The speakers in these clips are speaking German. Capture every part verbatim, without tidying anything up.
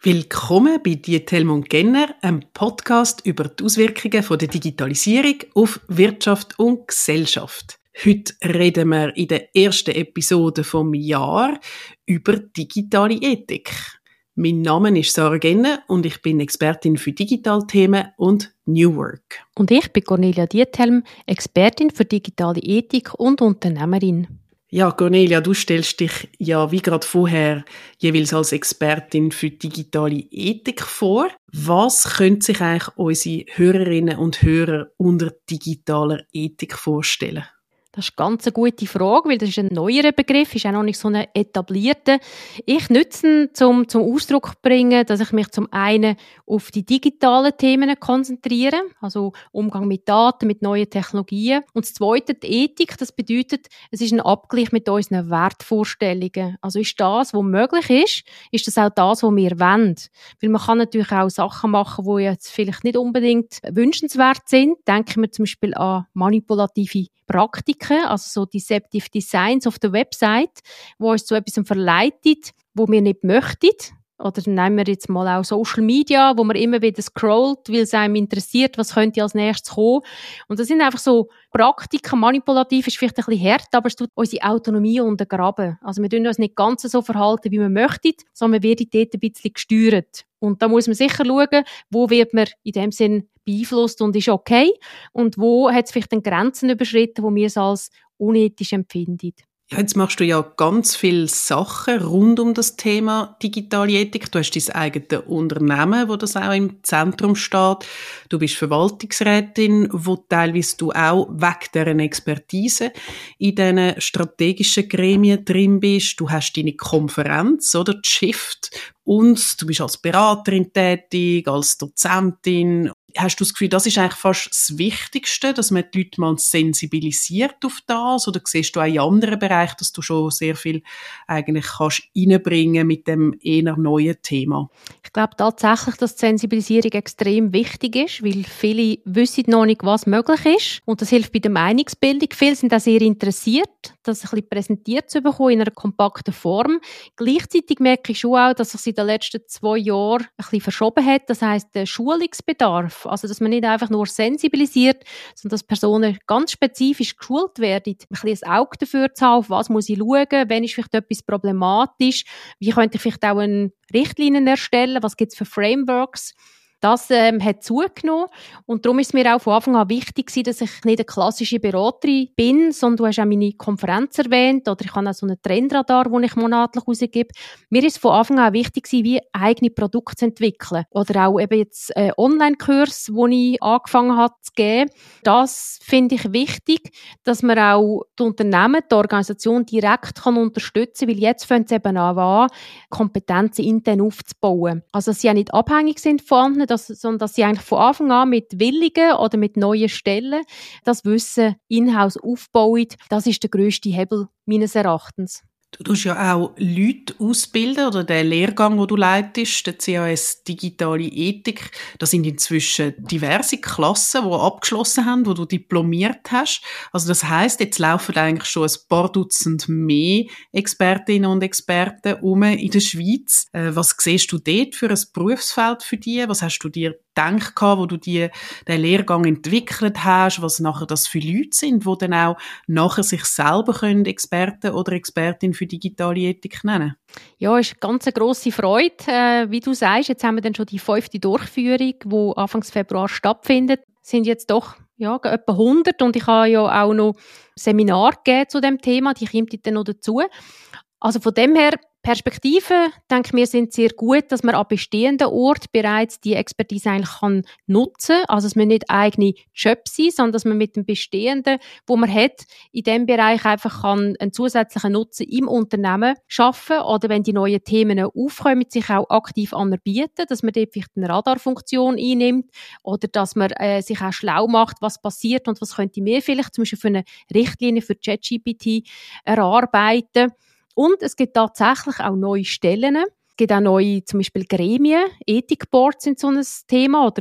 Willkommen bei Diethelm und Genner, einem Podcast über die Auswirkungen der Digitalisierung auf Wirtschaft und Gesellschaft. Heute reden wir in der ersten Episode vom Jahr über digitale Ethik. Mein Name ist Sarah Genner und ich bin Expertin für Digitalthemen und New Work. Und ich bin Cornelia Diethelm, Expertin für digitale Ethik und Unternehmerin. Ja, Cornelia, du stellst dich ja wie gerade vorher jeweils als Expertin für digitale Ethik vor. Was können sich eigentlich unsere Hörerinnen und Hörer unter digitaler Ethik vorstellen? Das ist ganz eine gute Frage, weil das ist ein neuerer Begriff, ist auch noch nicht so ein etablierter. Ich nutze ihn, um zum Ausdruck zu bringen, dass ich mich zum einen auf die digitalen Themen konzentriere, also Umgang mit Daten, mit neuen Technologien. Und das Zweite, die Ethik, das bedeutet, es ist ein Abgleich mit unseren Wertvorstellungen. Also ist das, was möglich ist, ist das auch das, was wir wollen. Weil man kann natürlich auch Sachen machen, die jetzt vielleicht nicht unbedingt wünschenswert sind. Denken wir zum Beispiel an manipulative Praktiken, also so Deceptive Designs auf der Website, wo uns zu etwas verleitet, wo wir nicht möchten. Oder nehmen wir jetzt mal auch Social Media, wo man immer wieder scrollt, weil es einem interessiert, was könnte als nächstes kommen. Und das sind einfach so Praktiken, manipulativ ist vielleicht ein bisschen hart, aber es tut unsere Autonomie untergraben. Also wir tun uns nicht ganz so verhalten, wie wir möchten, sondern wir werden dort ein bisschen gesteuert. Und da muss man sicher schauen, wo wird man in dem Sinn beeinflusst und ist okay und wo hat es vielleicht dann Grenzen überschritten, wo wir es als unethisch empfinden. Ja, jetzt machst du ja ganz viele Sachen rund um das Thema digitale Ethik. Du hast dein eigenes Unternehmen, wo das auch im Zentrum steht. Du bist Verwaltungsrätin, wo teilweise du auch wegen dieser Expertise in diesen strategischen Gremien drin bist. Du hast deine Konferenz, oder, die Shift. Und du bist als Beraterin tätig, als Dozentin. Hast du das Gefühl, das ist eigentlich fast das Wichtigste, dass man die Leute mal sensibilisiert auf das? Oder siehst du auch in anderen Bereichen, dass du schon sehr viel eigentlich kannst reinbringen mit dem eher neuen Thema? Ich glaube tatsächlich, dass die Sensibilisierung extrem wichtig ist, weil viele wissen noch nicht, was möglich ist. Und das hilft bei der Meinungsbildung. Viele sind auch sehr interessiert, das ein bisschen präsentiert zu bekommen in einer kompakten Form. Gleichzeitig merke ich schon auch, dass sich in den letzten zwei Jahren ein bisschen verschoben hat. Das heisst, der Schulungsbedarf. Also, dass man nicht einfach nur sensibilisiert, sondern dass Personen ganz spezifisch geschult werden, ein bisschen ein Auge dafür zu haben, auf was muss ich schauen, wenn ist vielleicht etwas problematisch, wie könnte ich vielleicht auch eine Richtlinien erstellen, was gibt es für Frameworks. Das ähm, hat zugenommen und darum ist es mir auch von Anfang an wichtig gewesen, dass ich nicht eine klassische Beraterin bin, sondern du hast auch meine Konferenz erwähnt oder ich habe auch so einen Trendradar, den ich monatlich rausgebe. Mir ist es von Anfang an wichtig gewesen, wie eigene Produkte zu entwickeln oder auch eben jetzt äh, Online-Kurs, die ich angefangen habe zu geben. Das finde ich wichtig, dass man auch die Unternehmen, die Organisation direkt kann unterstützen kann, weil jetzt fängt es eben an, Kompetenzen intern aufzubauen. Also dass sie auch nicht abhängig sind von anderen, dass, sondern dass sie eigentlich von Anfang an mit Willigen oder mit neuen Stellen das Wissen in-house aufbauen. Das ist der grösste Hebel meines Erachtens. Du tust ja auch Leute ausbilden, oder der Lehrgang, den du leitest, der C A S Digitale Ethik, da sind inzwischen diverse Klassen, die abgeschlossen haben, wo du diplomiert hast. Also das heisst, jetzt laufen eigentlich schon ein paar Dutzend mehr Expertinnen und Experten um in der Schweiz. Äh, was siehst du dort für ein Berufsfeld für dich? Was hast du dir gedacht, wo du die, den Lehrgang entwickelt hast, was nachher das für Leute sind, die dann auch nachher sich selber können Experten oder Expertin für digitale Ethik nennen? Ja, ist eine ganz grosse Freude. Äh, wie du sagst, jetzt haben wir dann schon die fünfte Durchführung, die Anfang Februar stattfindet. Es sind jetzt doch ja, etwa hundert und ich habe ja auch noch Seminare gegeben zu dem Thema, die kommt dann noch dazu. Also von dem her, Perspektiven, denke ich, sind sehr gut, dass man an bestehenden Orten bereits die Expertise eigentlich kann nutzen kann. Also, dass man nicht eigene Jobs sind, sondern dass man mit dem Bestehenden, wo man hat, in diesem Bereich einfach kann einen zusätzlichen Nutzen im Unternehmen schaffen oder wenn die neuen Themen aufkommen, sich auch aktiv anerbieten, dass man dort vielleicht eine Radarfunktion einnimmt oder dass man äh, sich auch schlau macht, was passiert und was könnte mir vielleicht zum Beispiel für eine Richtlinie für ChatGPT erarbeiten. Und es gibt tatsächlich auch neue Stellen. Es gibt auch neue, zum Beispiel Gremien. Ethikboards sind so ein Thema oder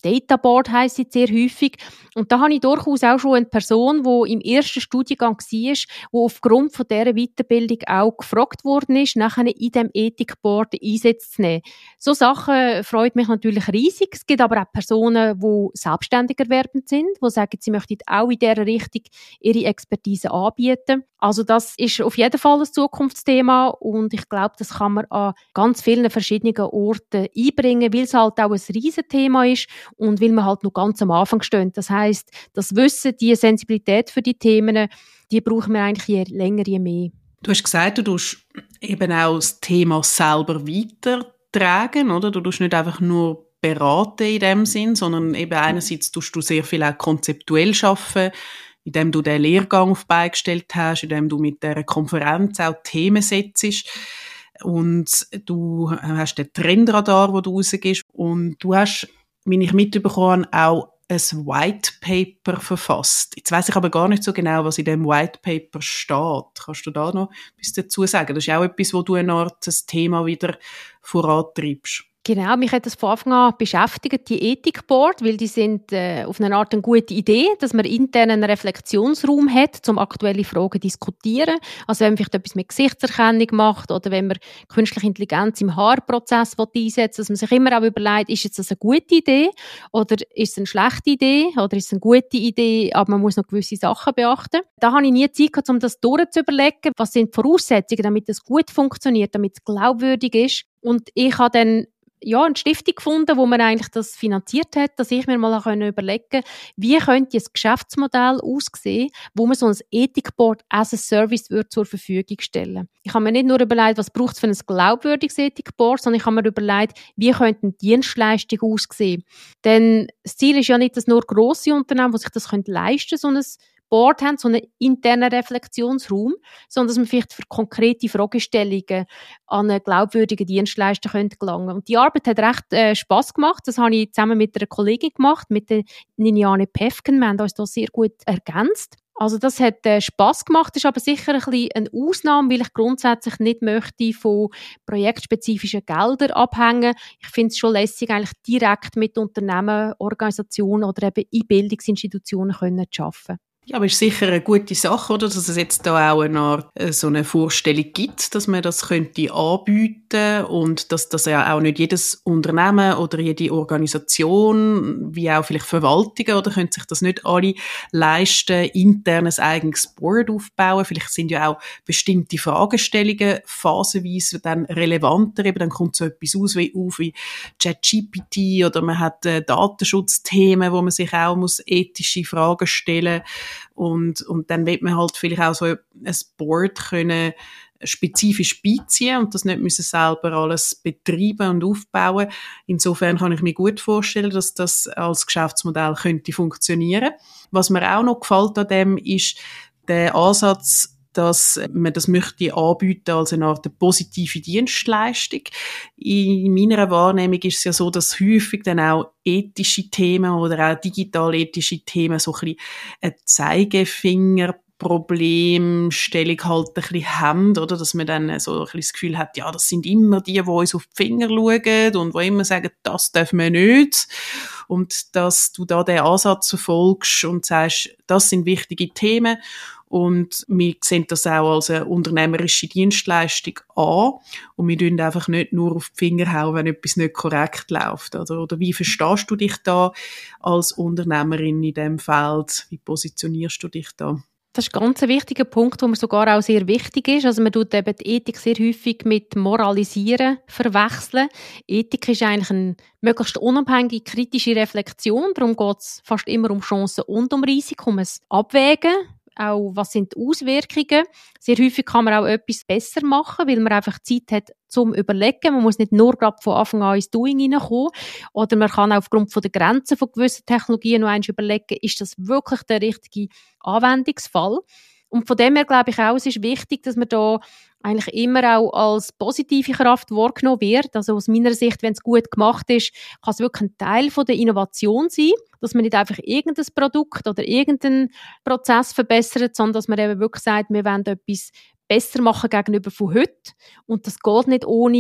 Data Board heisst sie sehr häufig. Und da habe ich durchaus auch schon eine Person, die im ersten Studiengang war, die aufgrund von dieser Weiterbildung auch gefragt worden ist, nachher in diesem Ethikboard Einsätze zu nehmen. So Sachen freut mich natürlich riesig. Es gibt aber auch Personen, die selbstständig erwerbend sind, die sagen, sie möchten auch in dieser Richtung ihre Expertise anbieten. Also das ist auf jeden Fall ein Zukunftsthema und ich glaube, das kann man an ganz vielen verschiedenen Orten einbringen, weil es halt auch ein Riesenthema ist und weil wir halt noch ganz am Anfang stehen. Das heisst, das Wissen, die Sensibilität für die Themen, die brauchen wir eigentlich je länger, je mehr. Du hast gesagt, du tust eben auch das Thema selber weitertragen, oder? Du tust nicht einfach nur beraten in dem Sinn, sondern eben einerseits tust du sehr viel auch konzeptuell arbeiten, indem du den Lehrgang auf die Beine gestellt hast, indem du mit dieser Konferenz auch Themen setzt. Und du hast den Trendradar, wo du rausgehst. Und du hast, wie ich mitbekommen habe, auch ein White Paper verfasst. Jetzt weiss ich aber gar nicht so genau, was in dem White Paper steht. Kannst du da noch etwas dazu sagen? Das ist auch etwas, wo du eine Art das Thema wieder vorantreibst. Genau, mich hat das von Anfang an beschäftigt, die Ethikboard, weil die sind äh, auf eine Art eine gute Idee, dass man intern einen Reflexionsraum hat, um aktuelle Fragen zu diskutieren. Also wenn man vielleicht etwas mit Gesichtserkennung macht oder wenn man künstliche Intelligenz im Haarprozess einsetzt, dass man sich immer auch überlegt, ist jetzt das eine gute Idee oder ist es eine schlechte Idee oder ist es eine gute Idee, aber man muss noch gewisse Sachen beachten. Da habe ich nie Zeit gehabt, um das durchzuüberlegen, was sind die Voraussetzungen, damit es gut funktioniert, damit es glaubwürdig ist. Und ich habe dann ja, eine Stiftung gefunden, wo man eigentlich das finanziert hat, dass ich mir mal überlegen konnte, wie könnte ein Geschäftsmodell aussehen, wo man so ein Ethikboard as a Service würde zur Verfügung stellen. Ich habe mir nicht nur überlegt, was braucht es für ein glaubwürdiges Ethikboard, sondern ich habe mir überlegt, wie könnten Dienstleistungen aussehen. Denn das Ziel ist ja nicht, dass nur grosse Unternehmen, die sich das leisten können, so ein Board haben, so einen internen Reflexionsraum, sondern dass man vielleicht für konkrete Fragestellungen an einen glaubwürdigen Dienstleister gelangen könnte. Und die Arbeit hat recht äh, Spass gemacht. Das habe ich zusammen mit einer Kollegin gemacht, mit der Niniane Pefken. Wir haben uns da sehr gut ergänzt. Also das hat äh, Spass gemacht, ist aber sicher ein bisschen eine Ausnahme, weil ich grundsätzlich nicht möchte von projektspezifischen Geldern abhängen. Ich finde es schon lässig, eigentlich direkt mit Unternehmen, Organisationen oder eben in Bildungsinstitutionen können zu arbeiten. Ja, aber es ist sicher eine gute Sache, oder? Dass es jetzt da auch eine Art, so eine Vorstellung gibt, dass man das könnte anbieten und dass das ja auch nicht jedes Unternehmen oder jede Organisation, wie auch vielleicht Verwaltungen, oder können sich das nicht alle leisten, intern ein eigenes Board aufbauen. Vielleicht sind ja auch bestimmte Fragestellungen phasenweise dann relevanter. Eben dann kommt so etwas aus wie, auf wie ChatGPT oder man hat äh, Datenschutzthemen, wo man sich auch muss ethische Fragen stellen Und, und dann wird man halt vielleicht auch so ein Board können spezifisch beiziehen und das nicht müssen selber alles betreiben und aufbauen. Insofern kann ich mir gut vorstellen, dass das als Geschäftsmodell könnte funktionieren. Was mir auch noch gefällt an dem ist der Ansatz, dass man das möchte anbieten als eine Art positive Dienstleistung. In meiner Wahrnehmung ist es ja so, dass häufig dann auch ethische Themen oder auch digital-ethische Themen so ein bisschen ein Zeigefinger Problemstellung halt ein bisschen haben, oder? Dass man dann so ein bisschen das Gefühl hat, ja, das sind immer die, die uns auf die Finger schauen und die immer sagen, das dürfen wir nicht. Und dass du da den Ansatz verfolgst und sagst, das sind wichtige Themen und wir sehen das auch als eine unternehmerische Dienstleistung an und wir tun einfach nicht nur auf die Finger hauen, wenn etwas nicht korrekt läuft. Oder, oder wie verstehst du dich da als Unternehmerin in diesem Feld? Wie positionierst du dich da? Das ist ein ganz wichtiger Punkt, der mir sogar auch sehr wichtig ist. Also man tut eben die Ethik sehr häufig mit Moralisieren verwechseln. Ethik ist eigentlich eine möglichst unabhängige, kritische Reflexion. Darum geht es fast immer um Chancen und um Risiken, um ein Abwägen. Auch, was sind die Auswirkungen? Sehr häufig kann man auch etwas besser machen, weil man einfach Zeit hat zum Überlegen. Man muss nicht nur gerade von Anfang an ins Doing hineinkommen. Oder man kann auch aufgrund der Grenzen von gewissen Technologien noch einmal überlegen, ist das wirklich der richtige Anwendungsfall? Und von dem her glaube ich auch, es ist wichtig, dass man da eigentlich immer auch als positive Kraft wahrgenommen wird. Also aus meiner Sicht, wenn es gut gemacht ist, kann es wirklich ein Teil von der Innovation sein, dass man nicht einfach irgendein Produkt oder irgendeinen Prozess verbessert, sondern dass man eben wirklich sagt, wir wollen etwas besser machen gegenüber von heute. Und das geht nicht ohne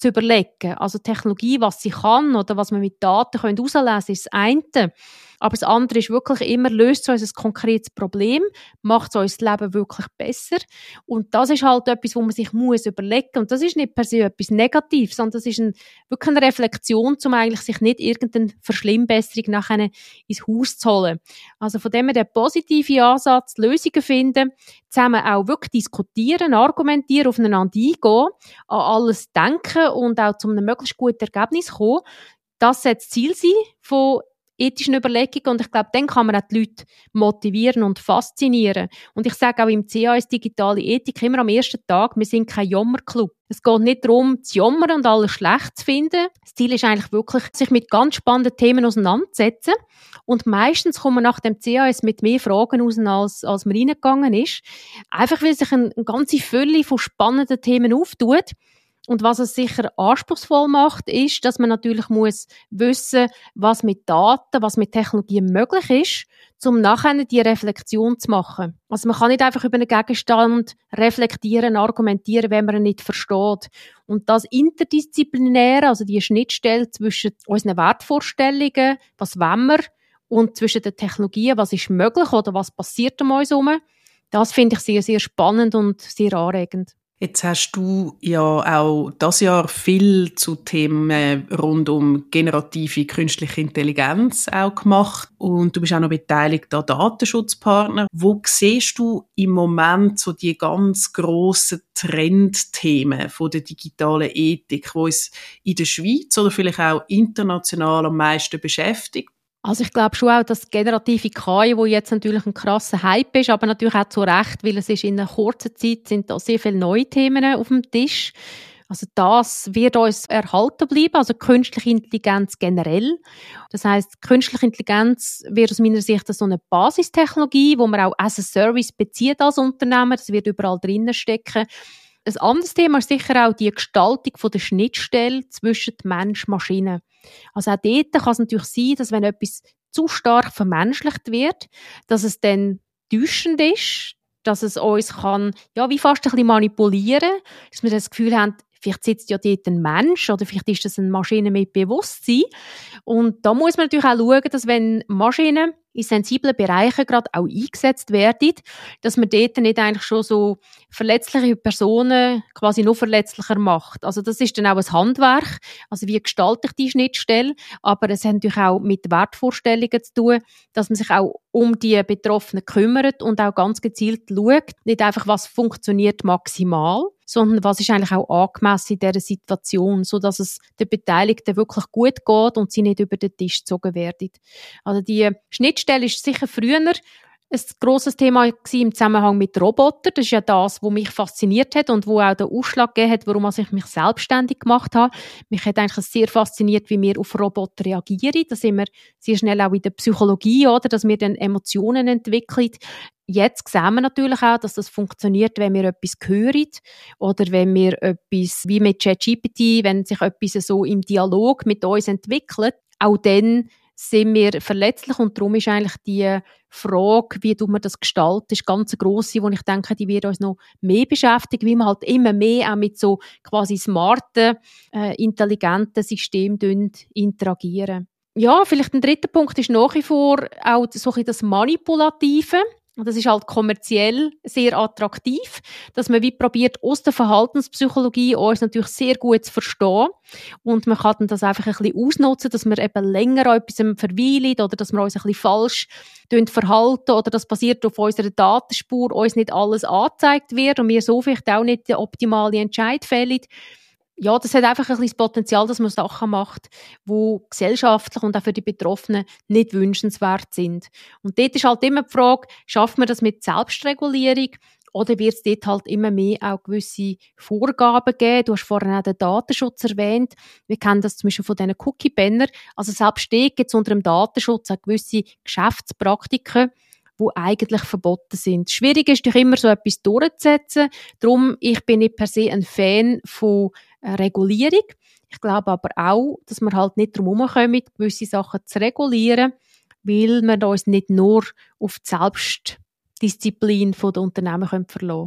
zu überlegen. Also Technologie, was sie kann oder was man mit Daten herauslesen können, ist das eine. Aber das andere ist wirklich immer, löst es uns ein konkretes Problem, macht es uns das Leben wirklich besser. Und das ist halt etwas, wo man sich muss überlegen muss. Und das ist nicht per se etwas Negatives, sondern das ist ein, wirklich eine Reflexion, um eigentlich sich nicht irgendeine Verschlimmbesserung nachher ins Haus zu holen. Also von dem her der positive Ansatz, Lösungen finden, zusammen auch wirklich diskutieren, argumentieren, aufeinander eingehen, an alles denken und auch zu einem möglichst guten Ergebnis kommen. Das sollte das Ziel sein von ethischen Überlegungen und ich glaube, dann kann man auch die Leute motivieren und faszinieren. Und ich sage auch im C A S Digitale Ethik immer am ersten Tag, wir sind kein Jammerclub. Es geht nicht darum, zu jammern und alles schlecht zu finden. Das Ziel ist eigentlich wirklich, sich mit ganz spannenden Themen auseinanderzusetzen. Und meistens kommen wir nach dem C A S mit mehr Fragen raus, als, als man reingegangen ist. Einfach, weil sich eine, eine ganze Fülle von spannenden Themen auftut. Und was es sicher anspruchsvoll macht, ist, dass man natürlich muss wissen, was mit Daten, was mit Technologien möglich ist, um nachher die Reflexion zu machen. Also man kann nicht einfach über einen Gegenstand reflektieren, argumentieren, wenn man ihn nicht versteht. Und das Interdisziplinäre, also die Schnittstelle zwischen unseren Wertvorstellungen, was wollen wir, und zwischen den Technologien, was ist möglich oder was passiert um uns herum, das finde ich sehr, sehr spannend und sehr anregend. Jetzt hast du ja auch das Jahr viel zu Themen rund um generative künstliche Intelligenz auch gemacht und du bist auch noch beteiligt an Datenschutzpartnern. Wo siehst du im Moment so die ganz grossen Trendthemen von der digitalen Ethik, die uns in der Schweiz oder vielleicht auch international am meisten beschäftigt? Also ich glaube schon auch, dass generative K I, wo jetzt natürlich ein krasser Hype ist, aber natürlich auch zu Recht, weil es ist in einer kurzen Zeit sind da sehr viele neue Themen auf dem Tisch. Also das wird uns erhalten bleiben, also künstliche Intelligenz generell. Das heisst, künstliche Intelligenz wird aus meiner Sicht so eine Basistechnologie, wo man auch as a Service bezieht als Unternehmen. Das wird überall drinnen stecken. Ein anderes Thema ist sicher auch die Gestaltung von der Schnittstelle zwischen Mensch und Maschine. Also auch dort kann es natürlich sein, dass wenn etwas zu stark vermenschlicht wird, dass es dann täuschend ist, dass es uns kann, ja, wie fast ein bisschen manipulieren, dass wir das Gefühl haben, vielleicht sitzt ja dort ein Mensch oder vielleicht ist das eine Maschine mit Bewusstsein. Und da muss man natürlich auch schauen, dass wenn Maschinen in sensiblen Bereichen gerade auch eingesetzt werden, dass man dort nicht eigentlich schon so verletzliche Personen quasi noch verletzlicher macht. Also das ist dann auch ein Handwerk, also wie gestalte ich die Schnittstelle, aber es hat natürlich auch mit Wertvorstellungen zu tun, dass man sich auch um die Betroffenen kümmert und auch ganz gezielt schaut, nicht einfach, was funktioniert maximal, sondern was ist eigentlich auch angemessen in dieser Situation, sodass es den Beteiligten wirklich gut geht und sie nicht über den Tisch gezogen werden. Also die Schnittstelle ist sicher früher ein grosses Thema im Zusammenhang mit Robotern. Das ist ja das, was mich fasziniert hat und wo auch den Ausschlag gegeben hat, warum ich mich selbstständig gemacht habe. Mich hat eigentlich sehr fasziniert, wie wir auf Roboter reagieren. Da sind wir sehr schnell auch in der Psychologie, oder, dass wir dann Emotionen entwickeln. Jetzt sehen wir natürlich auch, dass das funktioniert, wenn wir etwas hören oder wenn wir etwas, wie mit ChatGPT, wenn sich etwas so im Dialog mit uns entwickelt, auch dann sind wir verletzlich und darum ist eigentlich die Frage, wie tut man das gestalten, ist ganz eine grosse, wo ich denke, die wird uns noch mehr beschäftigen, wie man halt immer mehr auch mit so quasi smarten, äh, intelligenten Systemen interagieren. Ja, vielleicht ein dritter Punkt ist nach wie vor auch so ein bisschen das Manipulative. Und das ist halt kommerziell sehr attraktiv, dass man wie probiert, aus der Verhaltenspsychologie uns natürlich sehr gut zu verstehen. Und man kann dann das einfach ein bisschen ausnutzen, dass wir eben länger an etwas verweilen oder dass wir uns ein bisschen falsch verhalten oder das basiert auf unserer Datenspur, uns nicht alles angezeigt wird und wir so vielleicht auch nicht den optimalen Entscheid fällen. Ja, das hat einfach ein bisschen das Potenzial, dass man Sachen macht, die gesellschaftlich und auch für die Betroffenen nicht wünschenswert sind. Und dort ist halt immer die Frage, schafft man das mit Selbstregulierung oder wird es dort halt immer mehr auch gewisse Vorgaben geben? Du hast vorhin auch den Datenschutz erwähnt. Wir kennen das zum Beispiel von diesen Cookie-Banner. Also selbst dort gibt es unter dem Datenschutz auch gewisse Geschäftspraktiken, die eigentlich verboten sind. Schwierig ist doch immer so etwas durchzusetzen. Darum, ich bin nicht per se ein Fan von äh, Regulierung. Ich glaube aber auch, dass wir halt nicht drum herumkommen, gewisse Sachen zu regulieren, weil wir uns nicht nur auf die Selbstdisziplin der Unternehmen verlassen können.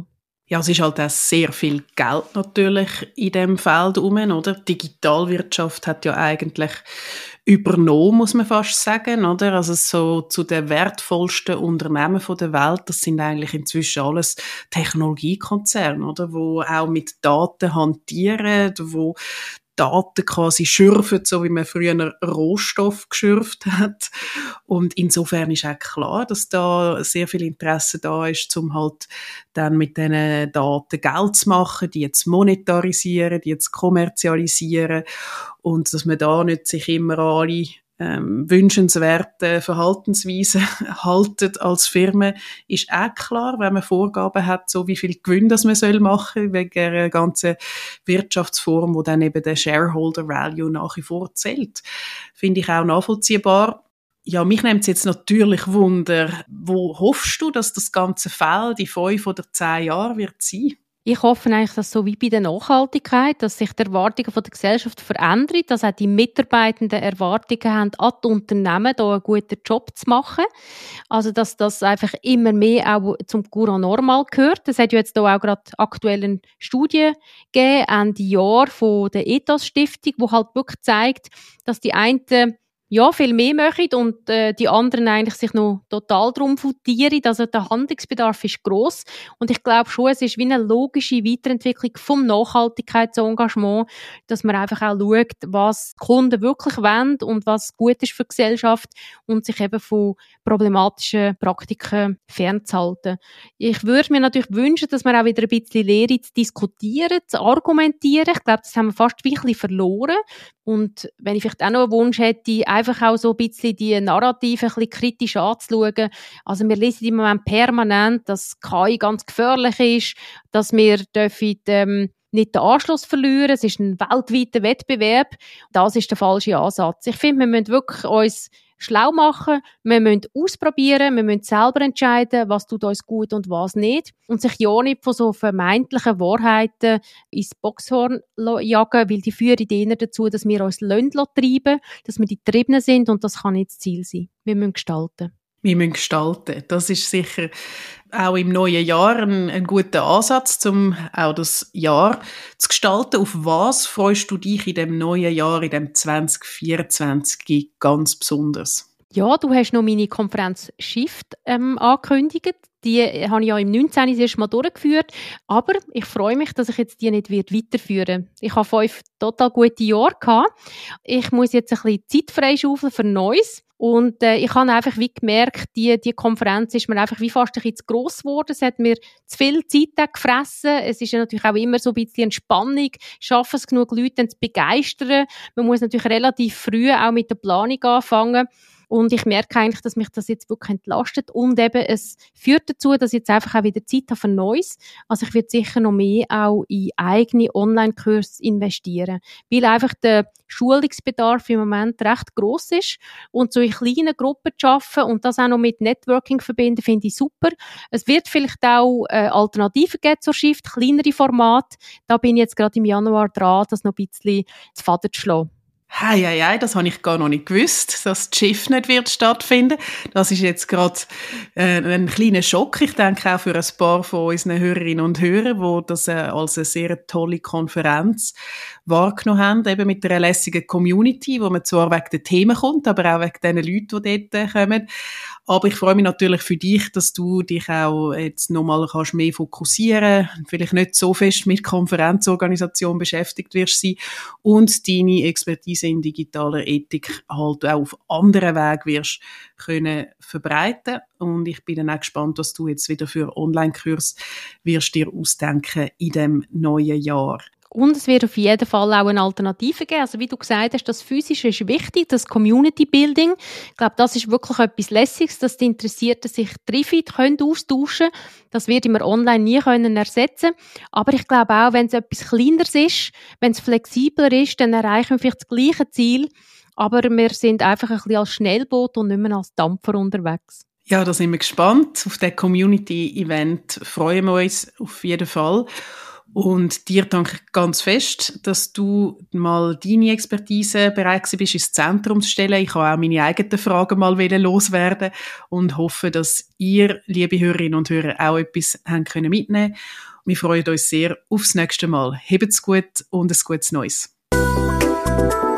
Ja, es ist halt auch sehr viel Geld natürlich in dem Feld herum, oder? Die Digitalwirtschaft hat ja eigentlich übernommen, muss man fast sagen, oder? Also so zu den wertvollsten Unternehmen der Welt, das sind eigentlich inzwischen alles Technologiekonzerne, oder? Wo auch mit Daten hantieren, wo Daten quasi schürfen, so wie man früher Rohstoff geschürft hat. Und insofern ist auch klar, dass da sehr viel Interesse da ist, um halt dann mit diesen Daten Geld zu machen, die jetzt monetarisieren, die jetzt kommerzialisieren und dass man da nicht sich immer an alle ähm, wünschenswerte Verhaltensweisen halten als Firma, ist auch klar, wenn man Vorgaben hat, so wie viel Gewinn das man soll machen, wegen einer ganzen Wirtschaftsform, wo dann eben der Shareholder Value nach wie vor zählt. Finde ich auch nachvollziehbar. Ja, mich nimmt es jetzt natürlich Wunder, wo hoffst du, dass das ganze Feld in fünf oder zehn Jahren wird sein? Ich hoffe eigentlich, dass so wie bei der Nachhaltigkeit, dass sich die Erwartungen von der Gesellschaft verändern, dass auch die Mitarbeitenden Erwartungen haben an die Unternehmen, da einen guten Job zu machen. Also, dass das einfach immer mehr auch zum Courant normal gehört. Es hat ja jetzt da auch gerade aktuell eine Studie gegeben, Ende Jahr von der Ethos-Stiftung, die halt wirklich zeigt, dass die einen ja, viel mehr machen und äh, die anderen eigentlich sich noch total darum futieren. Also der Handlungsbedarf ist gross und ich glaube schon, es ist wie eine logische Weiterentwicklung vom Nachhaltigkeitsengagement, dass man einfach auch schaut, was die Kunden wirklich wollen und was gut ist für die Gesellschaft und sich eben von problematischen Praktiken fernzuhalten. Ich würde mir natürlich wünschen, dass wir auch wieder ein bisschen lernen, zu diskutieren, zu argumentieren. Ich glaube, das haben wir fast ein bisschen verloren. Und wenn ich vielleicht auch noch einen Wunsch hätte, einfach auch so ein bisschen die Narrative ein bisschen kritisch anzuschauen. Also wir lesen im Moment permanent, dass K I ganz gefährlich ist, dass wir dürfen, ähm, nicht den Anschluss verlieren. Es ist ein weltweiter Wettbewerb. Das ist der falsche Ansatz. Ich finde, wir müssen wirklich uns schlau machen, wir müssen ausprobieren, wir müssen selber entscheiden, was tut uns gut und was nicht. Und sich ja nicht von so vermeintlichen Wahrheiten ins Boxhorn jagen, weil die führen eher dazu, dass wir uns treiben lassen, dass wir die Triebenen sind und das kann nicht das Ziel sein. Wir müssen gestalten. Wir müssen gestalten. Das ist sicher auch im neuen Jahr ein, ein guter Ansatz, um auch das Jahr zu gestalten. Auf was freust du dich in dem neuen Jahr, in dem zwanzig vierundzwanzig ganz besonders? Ja, du hast noch meine Konferenz Shift ähm, angekündigt. Die habe ich ja im neunzehn das erste Mal durchgeführt. Aber ich freue mich, dass ich jetzt die nicht weiterführen werde. Ich habe fünf total gute Jahre gehabt. Ich muss jetzt ein bisschen Zeit freischaufeln für Neues. Und äh, ich habe einfach wie gemerkt, die, die Konferenz ist mir einfach wie fast ein bisschen zu gross geworden. Es hat mir zu viel Zeit gefressen. Es ist ja natürlich auch immer so ein bisschen Entspannung. Schaffen es genug Leute, zu begeistern. Man muss natürlich relativ früh auch mit der Planung anfangen. Und ich merke eigentlich, dass mich das jetzt wirklich entlastet. Und eben, es führt dazu, dass ich jetzt einfach auch wieder Zeit habe für Neues. Also ich werde sicher noch mehr auch in eigene Online-Kurse investieren. Weil einfach der Schulungsbedarf im Moment recht gross ist. Und so in kleinen Gruppen zu arbeiten und das auch noch mit Networking verbinden, finde ich super. Es wird vielleicht auch äh, Alternativen geben zur Shift, kleinere Formate. Da bin ich jetzt gerade im Januar dran, das noch ein bisschen zu Faden zu schlagen. Hei, hei, hei, das habe ich gar noch nicht gewusst, dass die Schiff nicht wird stattfinden. Das ist jetzt gerade äh, ein kleiner Schock. Ich denke auch für ein paar von unseren Hörerinnen und Hörern, die das äh, als eine sehr tolle Konferenz wahrgenommen haben, eben mit einer lässigen Community, wo man zwar wegen den Themen kommt, aber auch wegen den Leuten, die dort äh, kommen. Aber ich freue mich natürlich für dich, dass du dich auch jetzt nochmal kannst mehr fokussieren, vielleicht nicht so fest mit Konferenzorganisation beschäftigt wirst sein und deine Expertise in digitaler Ethik halt auch auf anderen Wegen wirst können verbreiten. Und ich bin dann auch gespannt, was du jetzt wieder für Online-Kurs wirst dir ausdenken in dem neuen Jahr. Und es wird auf jeden Fall auch eine Alternative geben. Also wie du gesagt hast, das Physische ist wichtig, das Community Building. Ich glaube, das ist wirklich etwas Lässiges, dass die Interessierten sich treffen, können austauschen. Das wird wir online nie können ersetzen. Aber ich glaube auch, wenn es etwas Kleineres ist, wenn es flexibler ist, dann erreichen wir vielleicht das gleiche Ziel. Aber wir sind einfach ein bisschen als Schnellboot und nicht mehr als Dampfer unterwegs. Ja, da sind wir gespannt. Auf das Community-Event freuen wir uns auf jeden Fall. Und dir danke ich ganz fest, dass du mal deine Expertise bereit bist, ins Zentrum zu stellen. Ich kann auch meine eigenen Fragen mal loswerden und hoffe, dass ihr, liebe Hörerinnen und Hörer, auch etwas haben können mitnehmen. Wir freuen uns sehr aufs nächste Mal. Habt's gut und ein gutes Neues.